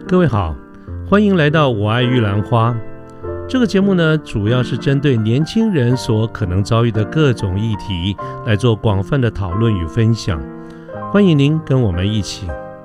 各位好，欢迎来到我爱玉兰花。这个节目呢，主要是针对年轻人所可能遭遇的各种议题来做广泛的讨论与分享。欢迎您跟我们一起。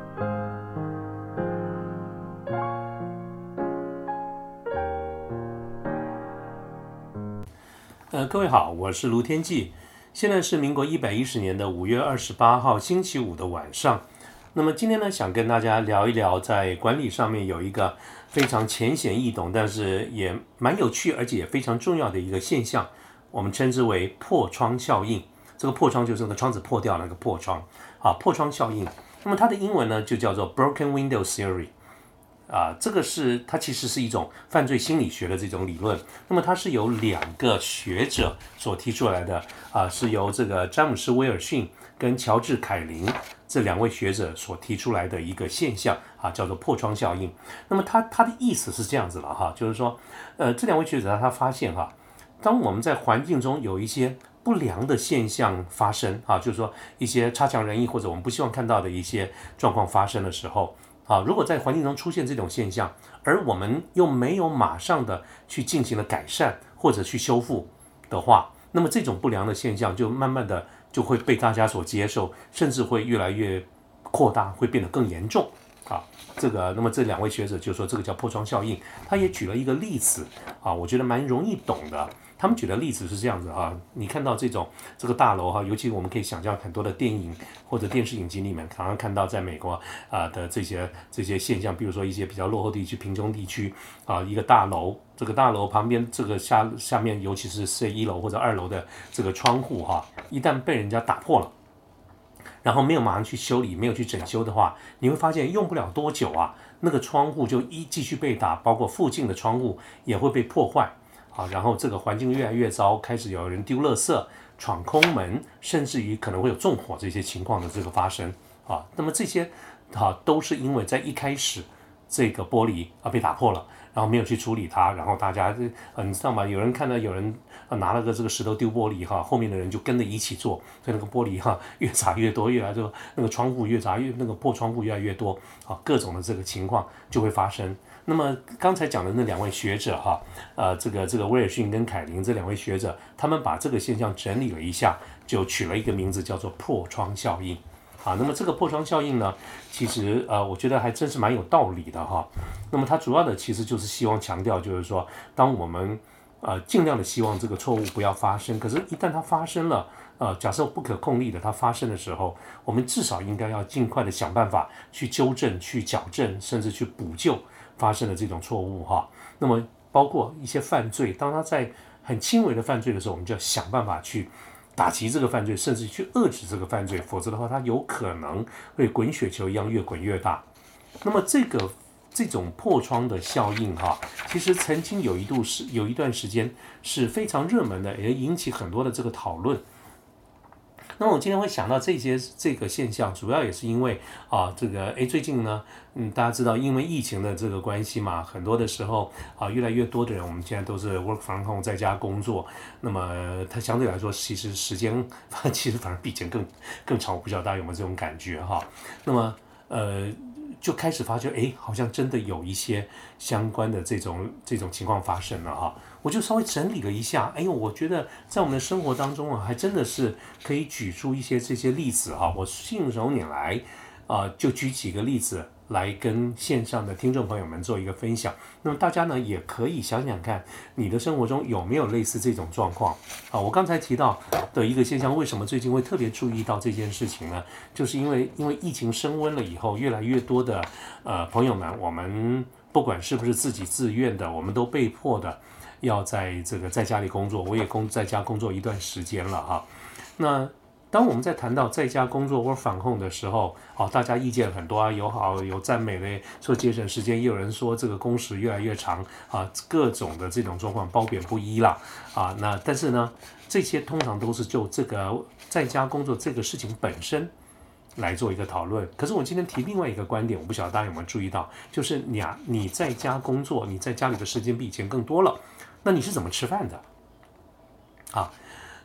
各位好，我是卢天记。现在是民国110年的5月28号星期五的晚上。那么今天呢，想跟大家聊一聊，在管理上面有一个非常浅显易懂，但是也蛮有趣，而且也非常重要的一个现象，我们称之为破窗效应。这个破窗就是那个窗子破掉那个破窗啊，破窗效应。那么它的英文呢就叫做 Broken Window Theory。这个它其实是一种犯罪心理学的这种理论。那么它是由2个学者所提出来的是由这个詹姆斯·威尔逊跟乔治·凯林这2位学者所提出来的一个现象叫做破窗效应。那么它的意思是这样子了就是说这2位学者他发现当我们在环境中有一些不良的现象发生就是说一些差强人意或者我们不希望看到的一些状况发生的时候如果在环境中出现这种现象，而我们又没有马上的去进行了改善或者去修复的话，那么这种不良的现象就慢慢的就会被大家所接受，甚至会越来越扩大，会变得更严重那么这2位学者就说这个叫破窗效应。他也举了一个例子我觉得蛮容易懂的。他们举的例子是这样子你看到这个大楼尤其我们可以想象很多的电影或者电视影集里面常常看到在美国的这些现象，比如说一些比较落后地区、贫穷地区一个大楼，这个大楼旁边这个下面，尤其是1楼或者2楼的这个窗户一旦被人家打破了，然后没有马上去修理，没有去整修的话，你会发现用不了多久那个窗户就继续被打，包括附近的窗户也会被破坏然后这个环境越来越糟，开始有人丢垃圾、闯空门，甚至于可能会有纵火这些情况的这个发生那么这些都是因为在一开始这个玻璃被打破了，然后没有去处理它，然后大家你知道吗？有人看到有人拿了这个石头丢玻璃后面的人就跟着一起做，所以那个玻璃越砸越多，越来就那个窗户越砸越那个破窗户越来越多各种的这个情况就会发生。那么刚才讲的那2位学者这个威尔逊跟凯林这2位学者，他们把这个现象整理了一下，就取了一个名字叫做破窗效应那么这个破窗效应呢，其实我觉得还真是蛮有道理的那么它主要的其实就是希望强调，就是说当我们尽量的希望这个错误不要发生，可是一旦它发生了假设不可控力的它发生的时候，我们至少应该要尽快的想办法去纠正、去矫正，甚至去补救发生的这种错误那么包括一些犯罪，当它在很轻微的犯罪的时候，我们就要想办法去打击这个犯罪，甚至去遏制这个犯罪，否则的话它有可能会滚雪球一样越滚越大。那么这种破窗的效应其实曾经有一段时间是非常热门的，也引起很多的这个讨论。那么我今天会想到这个现象，主要也是因为最近呢大家知道因为疫情的这个关系嘛，很多的时候越来越多的人我们现在都是 work from home 在家工作，那么它相对来说其实时间其实反而比以前更长，我不知道大家有没有这种感觉那么就开始发觉好像真的有一些相关的这种情况发生了我就稍微整理了一下，我觉得在我们的生活当中还真的是可以举出一些这些例子我信手拈来就举几个例子来跟线上的听众朋友们做一个分享。那么大家呢也可以想想看，你的生活中有没有类似这种状况我刚才提到的一个现象，为什么最近会特别注意到这件事情呢？就是因为疫情升温了以后，越来越多的朋友们，我们不管是不是自己自愿的，我们都被迫的要在家里工作。我也在家工作一段时间了那当我们在谈到在家工作 work from home 的时候大家意见很多有好有赞美的，说节省时间，也有人说这个工时越来越长各种的这种状况褒贬不一啦那但是呢，这些通常都是就这个在家工作这个事情本身来做一个讨论。可是我今天提另外一个观点，我不晓得大家有没有注意到，就是你在家工作，你在家里的时间比以前更多了，那你是怎么吃饭的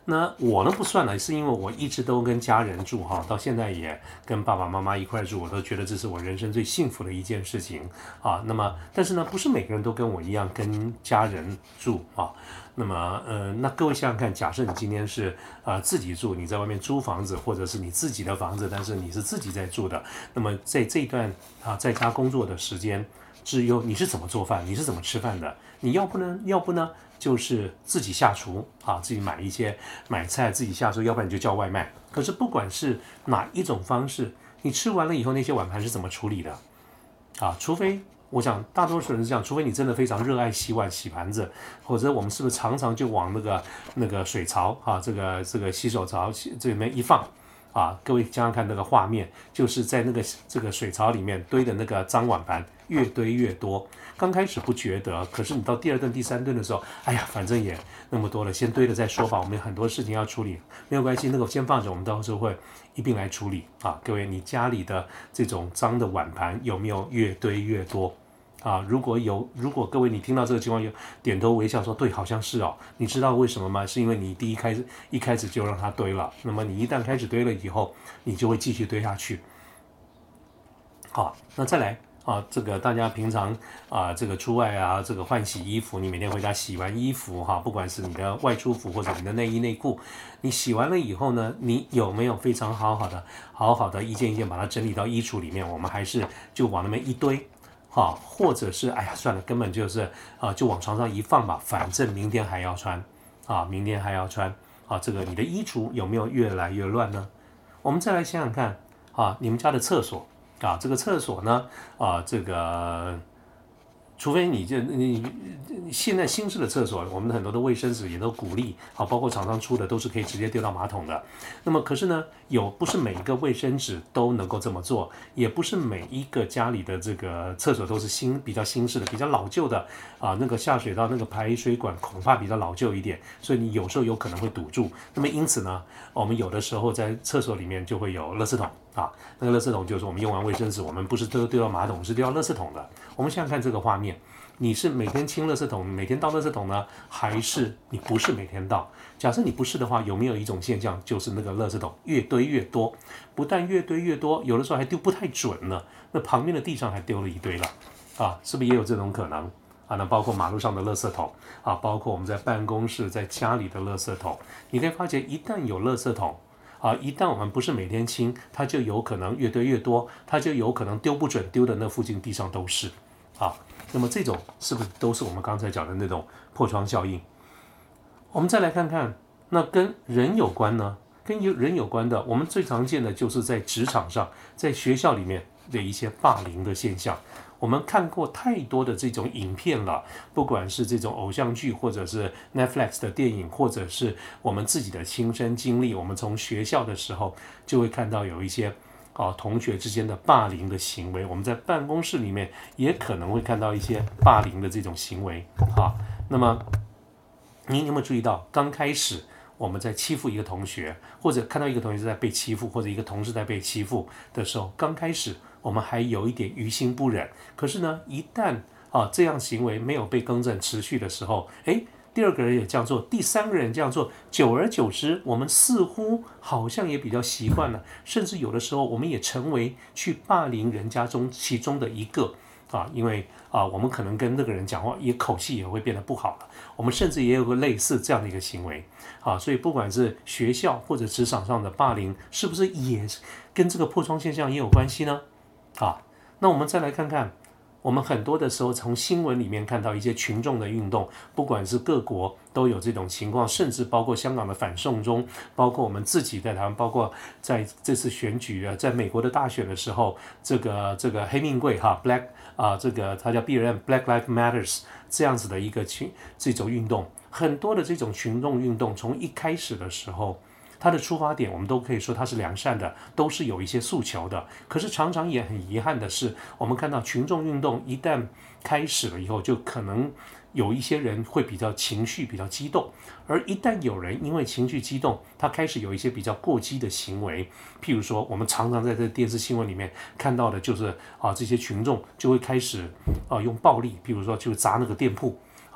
那我呢不算了，是因为我一直都跟家人住哈，到现在也跟爸爸妈妈一块住，我都觉得这是我人生最幸福的一件事情啊。那么，但是呢，不是每个人都跟我一样跟家人住啊。那么，那各位想想看，假设你今天是自己住，你在外面租房子，或者是你自己的房子，但是你是自己在住的，那么在这一段在家工作的时间，只有你是怎么做饭，你是怎么吃饭的，你要不呢，就是自己下厨自己买菜自己下厨，要不然你就叫外卖。可是不管是哪一种方式，你吃完了以后那些碗盘是怎么处理的除非我想大多数人是这样，除非你真的非常热爱洗碗洗盘子，或者我们是不是常常就往那个水槽这个洗手槽这里面一放各位想想看那个画面，就是在这个水槽里面堆的那个脏碗盘越堆越多。刚开始不觉得，可是你到第2顿、第3顿的时候，哎呀，反正也那么多了，先堆了再说吧。我们有很多事情要处理，没有关系，那个先放着，我们到时候会一并来处理各位，你家里的这种脏的碗盘有没有越堆越多？如果各位你听到这个情况有点头微笑说对，好像是你知道为什么吗？是因为你一开始就让它堆了，那么你一旦开始堆了以后，你就会继续堆下去。好，那再来这个大家平常这个出外这个换洗衣服，你每天回家洗完衣服不管是你的外出服或者你的内衣内裤，你洗完了以后呢，你有没有非常好好的一件一件把它整理到衣橱里面？我们还是就往那边一堆。或者是哎呀算了，根本就是就往床上一放吧，反正明天还要穿明天还要穿这个你的衣橱有没有越来越乱呢？我们再来想想看你们家的厕所这个厕所呢这个除非你现在新式的厕所，我们很多的卫生纸也都鼓励包括厂商出的都是可以直接丢到马桶的。那么可是呢，不是每一个卫生纸都能够这么做，也不是每一个家里的这个厕所都是比较新式的，比较老旧的那个下水道那个排水管恐怕比较老旧一点，所以你有时候有可能会堵住。那么因此呢，我们有的时候在厕所里面就会有垃圾桶那个垃圾桶就是我们用完卫生纸，我们不是都丢到马桶，是丢到垃圾桶的。我们想想看这个画面，你是每天清垃圾桶，每天倒垃圾桶呢，还是你不是每天倒？假设你不是的话，有没有一种现象，就是那个垃圾桶越堆越多，不但越堆越多，有的时候还丢不太准呢，那旁边的地上还丢了一堆了是不是也有这种可能那包括马路上的垃圾桶包括我们在办公室、在家里的垃圾桶，你可以发觉，一旦有垃圾桶一旦我们不是每天清，它就有可能越堆越多，它就有可能丢不准，丢的那附近地上都是那么这种是不是都是我们刚才讲的那种破窗效应？我们再来看看，那跟人有关呢？跟人有关的，我们最常见的就是在职场上，在学校里面的一些霸凌的现象。我们看过太多的这种影片了，不管是这种偶像剧，或者是 Netflix 的电影，或者是我们自己的亲身经历，我们从学校的时候就会看到有一些同学之间的霸凌的行为，我们在办公室里面也可能会看到一些霸凌的这种行为那么您有没有注意到，刚开始我们在欺负一个同学，或者看到一个同学在被欺负，或者一个同事在被欺负的时候，刚开始我们还有一点于心不忍，可是呢，一旦这样行为没有被更正持续的时候，第2个人也这样做，第3个人这样做，久而久之，我们似乎好像也比较习惯了，甚至有的时候我们也成为去霸凌人家其中的一个因为我们可能跟那个人讲话也口气也会变得不好了，我们甚至也有个类似这样的一个行为所以不管是学校或者职场上的霸凌，是不是也跟这个破窗现象也有关系呢？那我们再来看看，我们很多的时候从新闻里面看到一些群众的运动，不管是各国都有这种情况，甚至包括香港的反送中，包括我们自己在台湾，包括在这次选举在美国的大选的时候，这个黑命贵Black 这个它叫 BLM Black Lives Matters 这样子的一个这种运动，很多的这种群众运动从一开始的时候，它的出发点我们都可以说它是良善的，都是有一些诉求的。可是常常也很遗憾的是，我们看到群众运动一旦开始了以后，就可能有一些人会比较情绪比较激动，而一旦有人因为情绪激动，他开始有一些比较过激的行为，譬如说我们常常在这电视新闻里面看到的就是这些群众就会开始用暴力，譬如说就砸那个店铺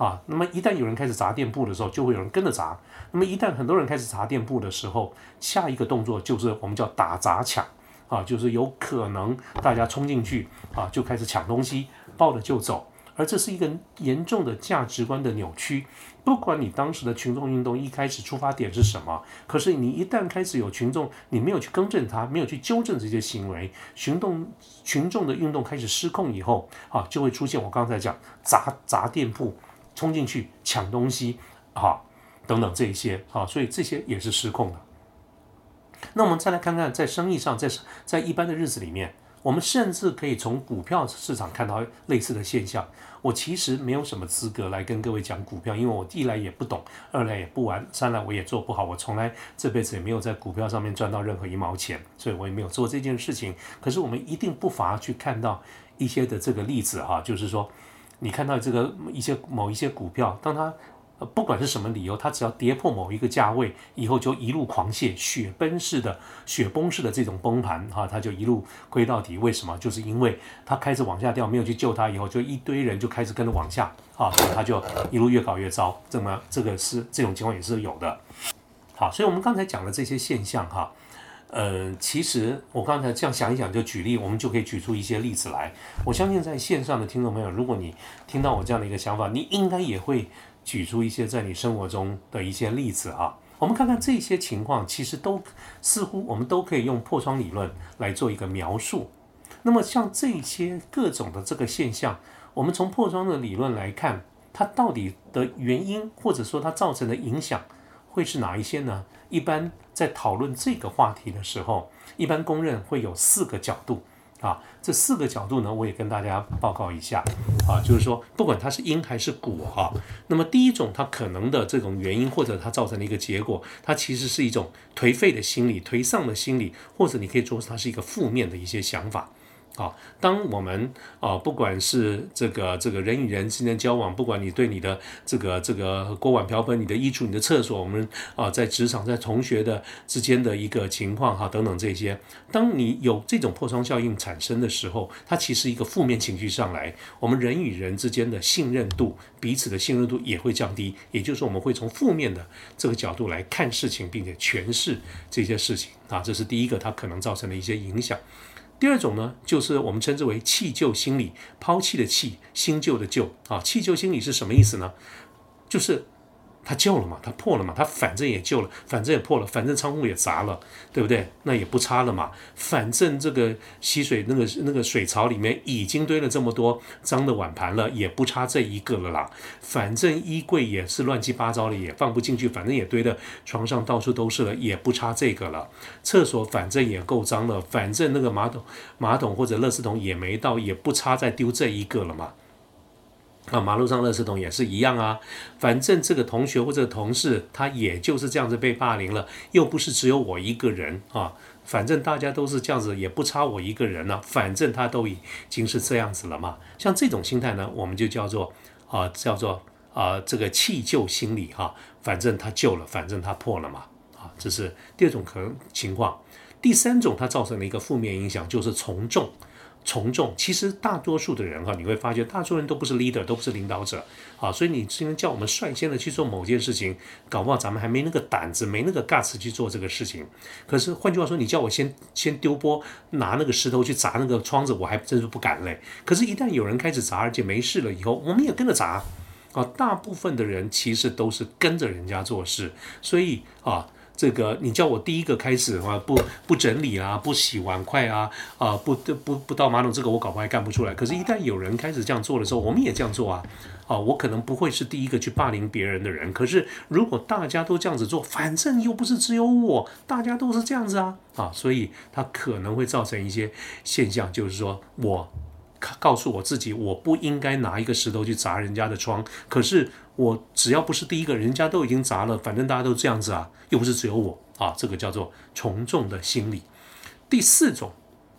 那么一旦有人开始砸店铺的时候，就会有人跟着砸。那么一旦很多人开始砸店铺的时候，下一个动作就是我们叫打砸抢就是有可能大家冲进去就开始抢东西，抱了就走。而这是一个严重的价值观的扭曲。不管你当时的群众运动一开始出发点是什么，可是你一旦开始有群众，你没有去更正它，没有去纠正这些行为，群众的运动开始失控以后就会出现我刚才讲砸店铺、冲进去抢东西等等这一些所以这些也是失控的。那我们再来看看，在生意上，在一般的日子里面，我们甚至可以从股票市场看到类似的现象。我其实没有什么资格来跟各位讲股票，因为我一来也不懂，二来也不玩，三来我也做不好，我从来这辈子也没有在股票上面赚到任何1毛钱，所以我也没有做这件事情。可是我们一定不乏去看到一些的这个例子就是说，你看到这个某一些股票，当它不管是什么理由，它只要跌破某一个价位以后，就一路狂泻，雪崩式的这种崩盘它就一路亏到底。为什么？就是因为它开始往下掉，没有去救它以后，就一堆人就开始跟着往下所以它就一路越搞越糟。这种情况也是有的。好，所以我们刚才讲的这些现象其实我刚才这样想一想就举例，我们就可以举出一些例子来。我相信在线上的听众朋友，如果你听到我这样的一个想法，你应该也会举出一些在你生活中的一些例子我们看看这些情况，其实似乎我们都可以用破窗理论来做一个描述。那么像这些各种的这个现象，我们从破窗的理论来看，它到底的原因或者说它造成的影响会是哪一些呢？一般在讨论这个话题的时候，一般公认会有4个角度这4个角度呢，我也跟大家报告一下就是说，不管它是因还是果那么第一种，它可能的这种原因或者它造成的一个结果，它其实是一种颓废的心理、颓丧的心理，或者你可以说它是一个负面的一些想法。当我们不管是这个人与人之间的交往，不管你对你的这个锅碗瓢盆、你的衣橱、你的厕所，我们在职场、在同学的之间的一个情况等等这些，当你有这种破窗效应产生的时候，它其实一个负面情绪上来，我们人与人之间的信任度、彼此的信任度也会降低。也就是说，我们会从负面的这个角度来看事情，并且诠释这些事情这是第一个它可能造成的一些影响。第二种呢，就是我们称之为弃旧心理，抛弃的弃，新旧的旧弃旧心理是什么意思呢？就是它旧了嘛，它破了嘛，它反正也旧了，反正也破了，反正窗户也砸了，对不对？那也不差了嘛，反正这个溪水那个水槽里面已经堆了这么多脏的碗盘了，也不差这一个了啦。反正衣柜也是乱七八糟的，也放不进去，反正也堆的床上到处都是了，也不差这个了。厕所反正也够脏了，反正那个马桶或者垃圾桶也没到，也不差再丢这一个了嘛。马路上垃圾桶也是一样反正这个同学或者同事他也就是这样子被霸凌了，又不是只有我一个人反正大家都是这样子，也不差我一个人反正他都已经是这样子了嘛。像这种心态呢，我们就叫做这个弃旧心理反正他旧了，反正他破了嘛这是第二种可能情况。第三种它造成的一个负面影响就是从众。其实大多数的人你会发觉大多数人都不是 leader， 都不是领导者所以你今天叫我们率先的去做某件事情，搞不好咱们还没那个胆子，没那个 guts 去做这个事情。可是换句话说，你叫我先丢波，拿那个石头去砸那个窗子，我还真是不敢嘞。可是一旦有人开始砸，而且没事了以后，我们也跟着砸大部分的人其实都是跟着人家做事，所以这个你叫我第一个开始不整理不洗碗筷不倒马桶，这个我搞不好还干不出来。可是，一旦有人开始这样做的时候，我们也这样做我可能不会是第一个去霸凌别人的人，可是如果大家都这样子做，反正又不是只有我，大家都是这样子所以它可能会造成一些现象，就是说我告诉我自己，我不应该拿一个石头去砸人家的窗，可是我只要不是第一个，人家都已经砸了，反正大家都这样子又不是只有我这个叫做从众的心理。第四种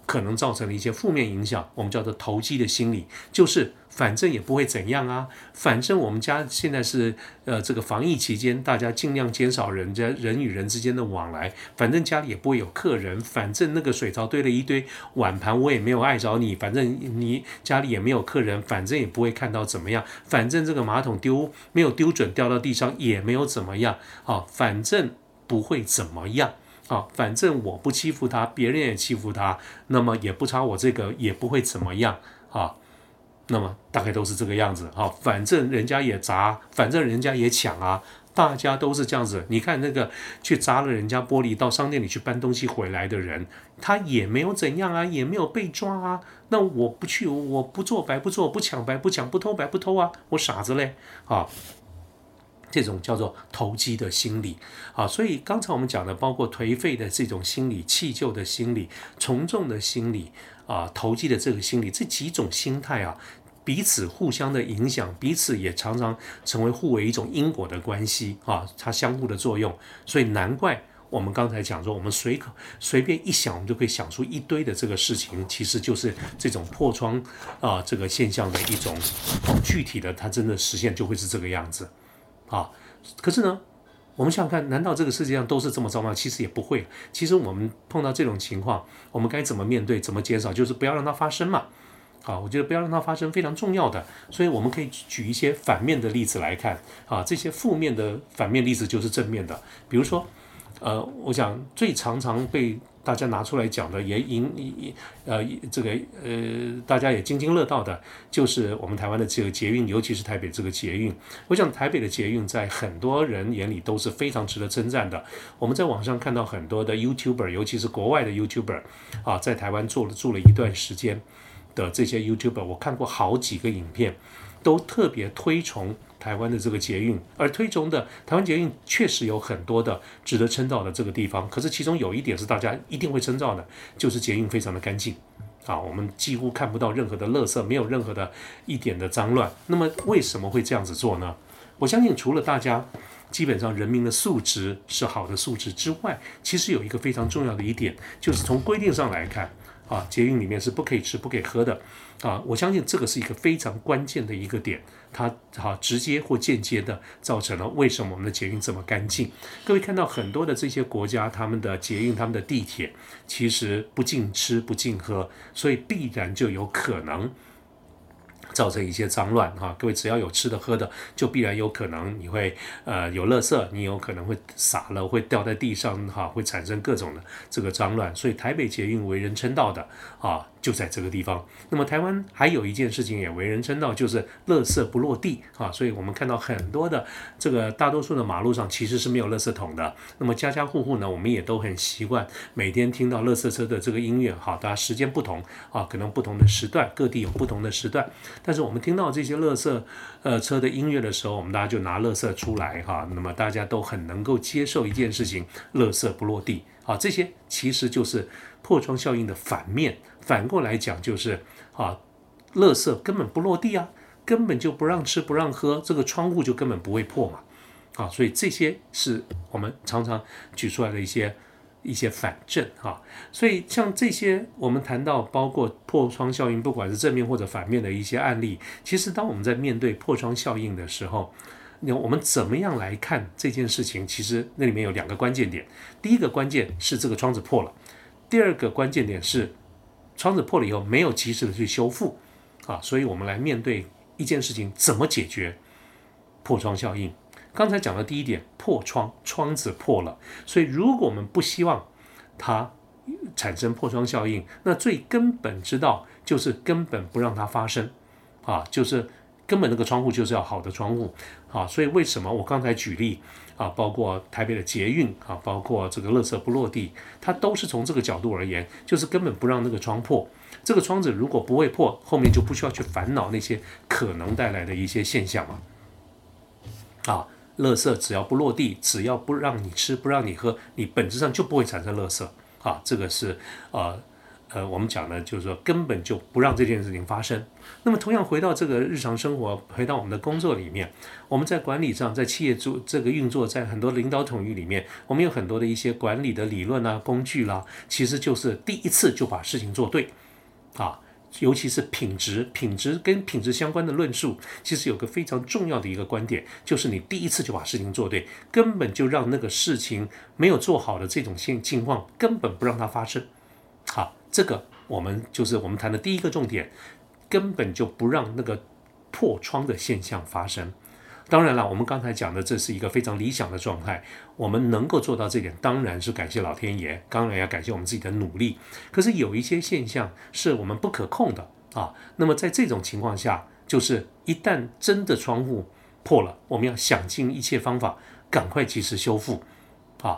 可能造成了一些负面影响，我们叫做投机的心理，就是反正也不会怎样啊，反正我们家现在是这个防疫期间，大家尽量减少人与人之间的往来，反正家里也不会有客人，反正那个水槽堆了一堆碗盘，我也没有碍着你，反正你家里也没有客人，反正也不会看到怎么样，反正这个马桶没有丢准掉到地上也没有怎么样啊，反正不会怎么样。反正我不欺负他，别人也欺负他，那么也不差我这个，也不会怎么样啊。那么大概都是这个样子啊。反正人家也砸，反正人家也抢啊，大家都是这样子。你看那个去砸了人家玻璃，到商店里去搬东西回来的人，他也没有怎样啊，也没有被抓啊。那我不去，我不做白不做，不抢白不抢，不偷白不偷啊，我傻子嘞啊。这种叫做投机的心理啊，所以刚才我们讲的，包括颓废的这种心理、弃旧的心理、从众的心理啊、投机的这个心理，这几种心态啊，彼此互相的影响，彼此也常常成为互为一种因果的关系啊，它相互的作用，所以难怪我们刚才讲说，我们随便一想，我们就可以想出一堆的这个事情，其实就是这种破窗这个现象的一种具体的，它真的实现就会是这个样子。可是呢，我们想想看，难道这个世界上都是这么糟吗？其实也不会。其实我们碰到这种情况，我们该怎么面对，怎么减少，就是不要让它发生嘛。我觉得不要让它发生非常重要的。所以我们可以举一些反面的例子来看这些负面的反面例子就是正面的。比如说，我想最常被大家拿出来讲的，大家也津津乐道的，就是我们台湾的这个捷运，尤其是台北这个捷运。我想台北的捷运在很多人眼里都是非常值得称赞的。我们在网上看到很多的 YouTuber， 尤其是国外的 YouTuber 在台湾住了一段时间的这些 YouTuber， 我看过好几个影片，都特别推崇台湾的这个捷运，而推崇的台湾捷运确实有很多的值得称道的这个地方，可是其中有一点是大家一定会称道的，就是捷运非常的干净我们几乎看不到任何的垃圾，没有任何的一点的脏乱。那么为什么会这样子做呢？我相信除了大家基本上人民的素质是好的素质之外，其实有一个非常重要的一点，就是从规定上来看捷运里面是不可以吃不可以喝的我相信这个是一个非常关键的一个点，它直接或间接的造成了为什么我们的捷运这么干净。各位看到很多的这些国家，他们的捷运、他们的地铁其实不禁吃不禁喝，所以必然就有可能造成一些脏乱各位只要有吃的喝的，就必然有可能你会有垃圾，你有可能会洒了，会掉在地上会产生各种的这个脏乱。所以台北捷运为人称道的就在这个地方。那么台湾还有一件事情也为人称道，就是垃圾不落地所以我们看到很多的这个大多数的马路上其实是没有垃圾桶的。那么家家户户呢，我们也都很习惯每天听到垃圾车的这个音乐大家时间不同可能不同的时段，各地有不同的时段，但是我们听到这些垃圾车的音乐的时候，我们大家就拿垃圾出来那么大家都很能够接受一件事情，垃圾不落地这些其实就是破窗效应的反面。反过来讲就是垃圾根本不落地根本就不让吃不让喝，这个窗户就根本不会破嘛所以这些是我们常常举出来的一些反证所以像这些我们谈到包括破窗效应，不管是正面或者反面的一些案例，其实当我们在面对破窗效应的时候，我们怎么样来看这件事情？其实那里面有两个关键点。第一个关键是这个窗子破了，第二个关键点是窗子破了以后没有及时的去修复所以我们来面对一件事情，怎么解决破窗效应。刚才讲的第一点，破窗，窗子破了，所以如果我们不希望它产生破窗效应，那最根本之道就是根本不让它发生就是根本那个窗户就是要好的窗户所以为什么我刚才举例包括台北的捷运包括这个垃圾不落地，它都是从这个角度而言，就是根本不让那个窗破。这个窗子如果不会破，后面就不需要去烦恼那些可能带来的一些现象嘛垃圾只要不落地，只要不让你吃不让你喝，你本质上就不会产生垃圾这个是我们讲呢，就是说根本就不让这件事情发生。那么同样回到这个日常生活，回到我们的工作里面，我们在管理上，在企业这个运作，在很多领导统御里面，我们有很多的一些管理的理论啊、工具啦，其实就是第一次就把事情做对啊。尤其是品质跟品质相关的论述，其实有个非常重要的一个观点，就是你第一次就把事情做对，根本就让那个事情没有做好的这种情况，根本不让它发生。好，这个我们谈的第一个重点，根本就不让那个破窗的现象发生。当然了，我们刚才讲的这是一个非常理想的状态，我们能够做到这点，当然是感谢老天爷，当然要感谢我们自己的努力。可是有一些现象是我们不可控的啊。那么在这种情况下，就是一旦真的窗户破了，我们要想尽一切方法，赶快及时修复啊。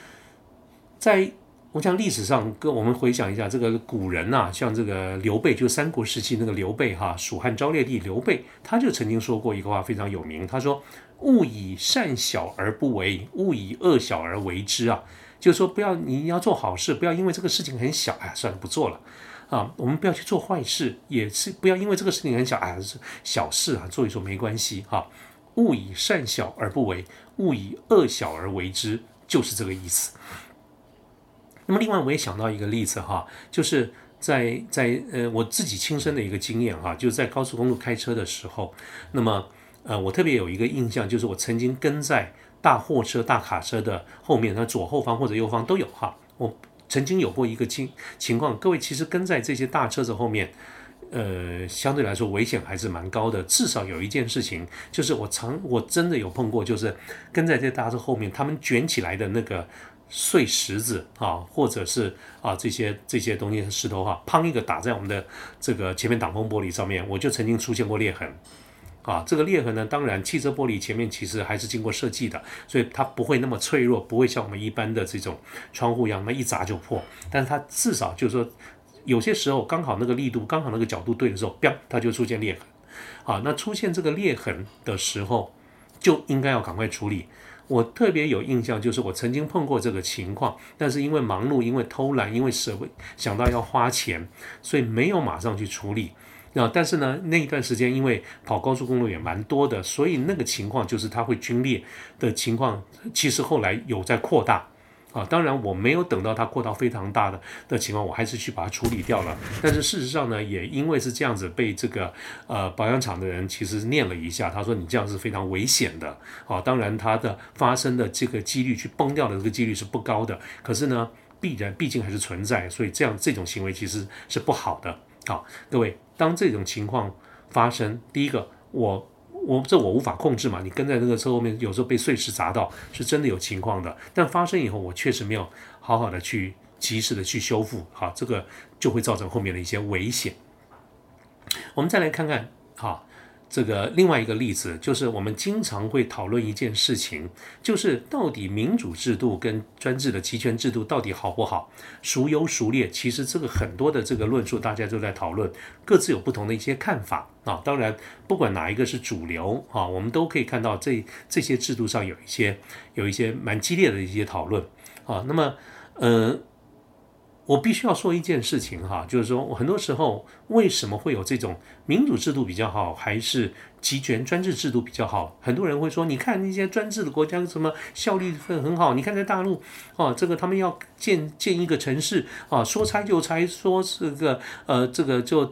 我想历史上，跟我们回想一下，这个古人呐，像这个刘备，就三国时期那个刘备哈，蜀汉昭烈帝刘备，他就曾经说过一个话非常有名，他说：“勿以善小而不为，勿以恶小而为之啊。”就是说，你要做好事，不要因为这个事情很小，哎，算了，不做了啊。我们不要去做坏事，也是不要因为这个事情很小，哎，是小事啊，做一做没关系哈。勿以善小而不为，勿以恶小而为之，就是这个意思。那么另外我也想到一个例子哈，就是在我自己亲身的一个经验哈，就是在高速公路开车的时候，那么我特别有一个印象，就是我曾经跟在大货车、大卡车的后面，它左后方或者右方都有哈。我曾经有过一个情况，各位其实跟在这些大车子后面，相对来说危险还是蛮高的。至少有一件事情，就是我真的有碰过，就是跟在这些大车后面，他们卷起来的那个碎石子啊，或者是这些东西石头哈，砰一个打在我们的这个前面挡风玻璃上面，我就曾经出现过裂痕。这个裂痕呢，当然汽车玻璃前面其实还是经过设计的，所以它不会那么脆弱，不会像我们一般的这种窗户一样，那一砸就破。但是它至少就是说，有些时候刚好那个力度、刚好那个角度对的时候，砰，它就出现裂痕。那出现这个裂痕的时候，就应该要赶快处理。我特别有印象，就是我曾经碰过这个情况，但是因为忙碌、因为偷懒、因为想到要花钱，所以没有马上去处理。但是呢，那一段时间因为跑高速公路也蛮多的，所以那个情况就是它会皲裂的情况，其实后来有在扩大。当然我没有等到它扩到非常大的情况，我还是去把它处理掉了。但是事实上呢，也因为是这样子，被这个保养厂的人其实念了一下，他说你这样是非常危险的。当然它的发生的这个几率去崩掉的这个几率是不高的，可是呢，毕竟还是存在，所以这种行为其实是不好的。好，各位，当这种情况发生，第一个我无法控制嘛，你跟在那个车后面，有时候被碎石砸到，是真的有情况的。但发生以后，我确实没有好好的去及时的去修复，好，这个就会造成后面的一些危险。我们再来看看，这个另外一个例子，就是我们经常会讨论一件事情，就是到底民主制度跟专制的集权制度到底好不好，孰优孰劣？其实这个很多的这个论述，大家都在讨论，各自有不同的一些看法当然，不管哪一个是主流我们都可以看到这些制度上有一些蛮激烈的一些讨论那么我必须要说一件事情就是说很多时候为什么会有这种民主制度比较好，还是集权专制制度比较好？很多人会说，你看那些专制的国家什么效率很好，你看在大陆这个他们要建一个城市说拆就拆，说这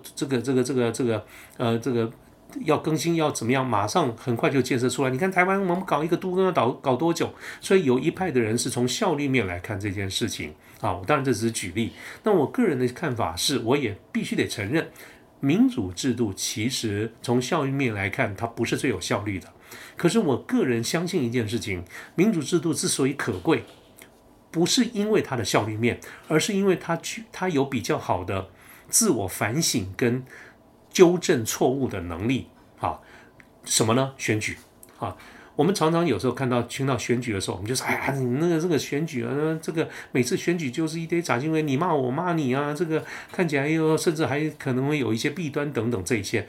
个要更新要怎么样，马上很快就建设出来。你看台湾我们搞一个都更要搞多久？所以有一派的人是从效率面来看这件事情我当然这只是举例。那我个人的看法是，我也必须得承认，民主制度其实从效率面来看，它不是最有效率的。可是我个人相信一件事情，民主制度之所以可贵，不是因为它的效率面，而是因为它有比较好的自我反省跟纠正错误的能力什么呢？选举我们常常有时候听到选举的时候，我们就说，哎呀，你那个这个选举这个每次选举就是一堆假新闻，你骂我骂你这个看起来甚至还可能会有一些弊端等等这一些。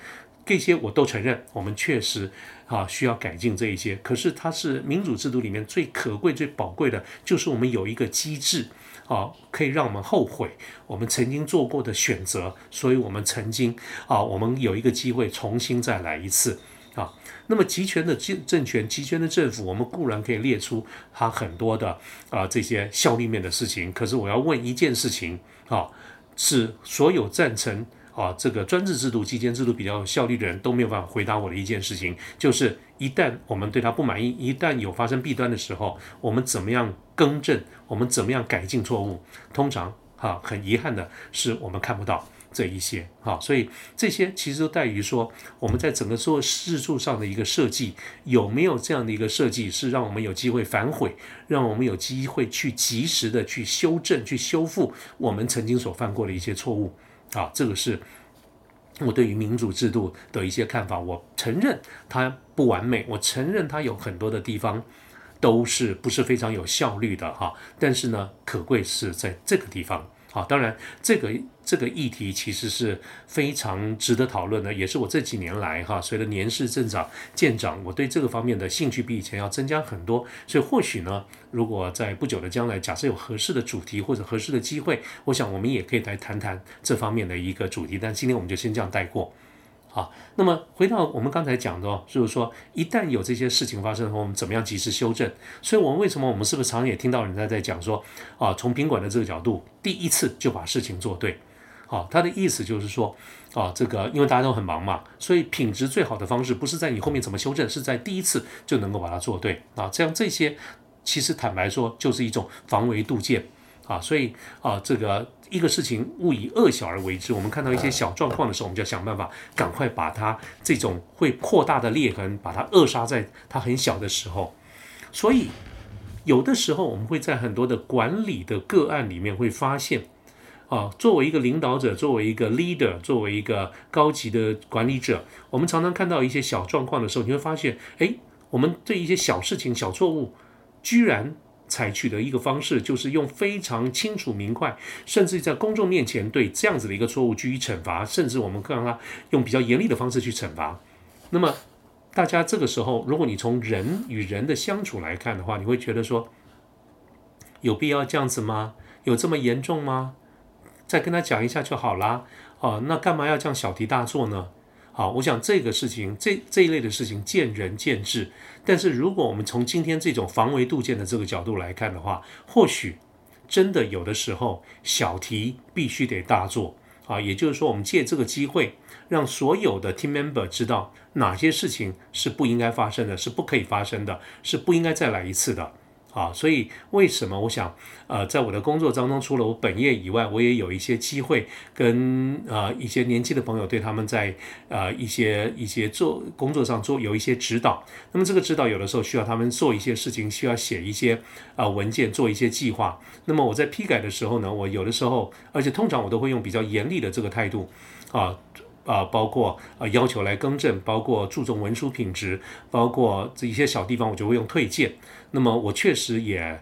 这些我都承认，我们确实需要改进这一些。可是它是民主制度里面最可贵、最宝贵的，就是我们有一个机制可以让我们后悔我们曾经做过的选择，所以我们曾经我们有一个机会重新再来一次那么集权的政权、集权的政府，我们固然可以列出它很多的这些效率面的事情，可是我要问一件事情是所有赞成这个专制制度、集权制度比较有效率的人都没有办法回答我的一件事情，就是一旦我们对它不满意，一旦有发生弊端的时候，我们怎么样更正，我们怎么样改进错误？通常很遗憾的是，我们看不到这一些所以这些其实都在于说，我们在整个做制度上的一个设计，有没有这样的一个设计，是让我们有机会反悔，让我们有机会去及时的去修正、去修复我们曾经所犯过的一些错误这个是我对于民主制度的一些看法。我承认它不完美，我承认它有很多的地方都是不是非常有效率的但是呢，可贵是在这个地方当然这个议题其实是非常值得讨论的，也是我这几年来随着年事渐长，我对这个方面的兴趣比以前要增加很多。所以或许呢，如果在不久的将来，假设有合适的主题或者合适的机会，我想我们也可以来谈谈这方面的一个主题。但今天我们就先这样带过。那么回到我们刚才讲的就是说一旦有这些事情发生的话，我们怎么样及时修正？所以我们为什么我们是不是常常也听到人家在讲说从品管的这个角度，第一次就把事情做对他的意思就是说这个因为大家都很忙嘛，所以品质最好的方式不是在你后面怎么修正，是在第一次就能够把它做对这样这些其实坦白说就是一种防微杜渐所以这个一个事情勿以恶小而为之，我们看到一些小状况的时候，我们就要想办法赶快把它这种会扩大的裂痕把它扼杀在它很小的时候。所以有的时候我们会在很多的管理的个案里面会发现作为一个领导者，作为一个 leader， 作为一个高级的管理者，我们常常看到一些小状况的时候，你会发现我们对一些小事情、小错误居然采取的一个方式，就是用非常清楚明快，甚至在公众面前对这样子的一个错误予以惩罚，甚至我们让他用比较严厉的方式去惩罚。那么大家这个时候，如果你从人与人的相处来看的话，你会觉得说，有必要这样子吗？有这么严重吗？再跟他讲一下就好啦那干嘛要这样小题大做呢？我想这个事情这一类的事情见仁见智，但是如果我们从今天这种防微杜渐的这个角度来看的话，或许真的有的时候小题必须得大做也就是说我们借这个机会让所有的 team member 知道哪些事情是不应该发生的，是不可以发生的，是不应该再来一次的所以为什么我想在我的工作当中，除了我本业以外，我也有一些机会跟一些年轻的朋友对他们在一些做工作上有一些指导。那么这个指导有的时候需要他们做一些事情，需要写一些文件，做一些计划。那么我在批改的时候呢，我有的时候，而且通常我都会用比较严厉的这个态度包括要求来更正，包括注重文书品质，包括这一些小地方我就会用退件。那么我确实也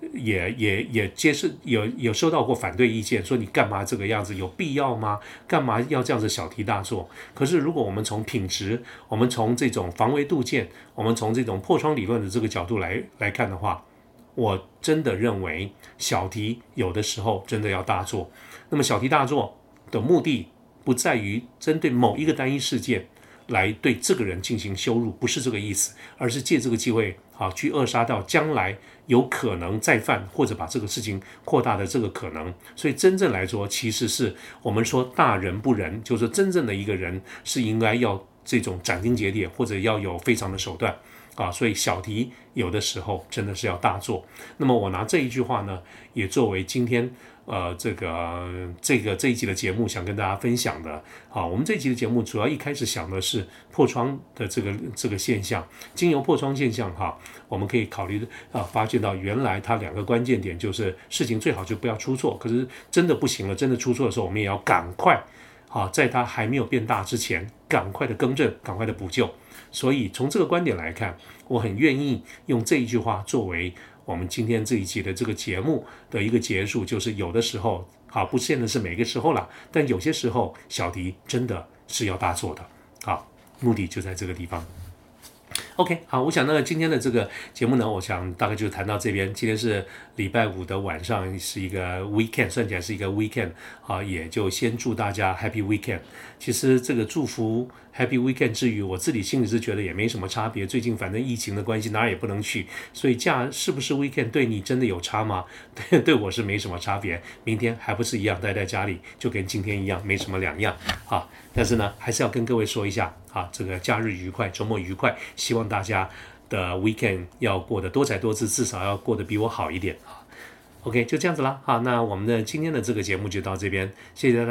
有收到过反对意见，说你干嘛这个样子，有必要吗？干嘛要这样子小题大做？可是如果我们从品质，我们从这种防微杜渐，我们从这种破窗理论的这个角度来看的话，我真的认为小题有的时候真的要大做。那么小题大做的目的不在于针对某一个单一事件来对这个人进行羞辱，不是这个意思，而是借这个机会去扼杀到将来有可能再犯或者把这个事情扩大的这个可能。所以真正来说，其实是我们说大人不仁，就是真正的一个人是应该要这种斩钉截铁，或者要有非常的手段所以小题有的时候真的是要大做。那么我拿这一句话呢，也作为今天这一集的节目想跟大家分享的我们这一集的节目主要一开始想的是破窗的这个现象，经由破窗现象我们可以考虑发现到原来它两个关键点就是事情最好就不要出错，可是真的不行了，真的出错的时候，我们也要赶快在它还没有变大之前，赶快的更正，赶快的补救。所以从这个观点来看，我很愿意用这一句话作为我们今天这一集的这个节目的一个结束，就是有的时候不见得是每个时候啦，但有些时候小题真的是要大做的目的就在这个地方。OK， 好，我想呢，今天的这个节目呢，我想大概就谈到这边。今天是礼拜五的晚上，是一个 weekend， 算起来是一个 weekend， 也就先祝大家 Happy Weekend。其实这个祝福 Happy Weekend 之余，我自己心里是觉得也没什么差别。最近反正疫情的关系，哪儿也不能去，所以假是不是 weekend 对你真的有差吗？对我是没什么差别。明天还不是一样待在家里，就跟今天一样，没什么两样啊。但是呢，还是要跟各位说一下啊，这个假日愉快，周末愉快，希望大家的 weekend 要过得多彩多姿，至少要过得比我好一点啊。OK，就这样子啦，好，那我们的今天的这个节目就到这边，谢谢大家。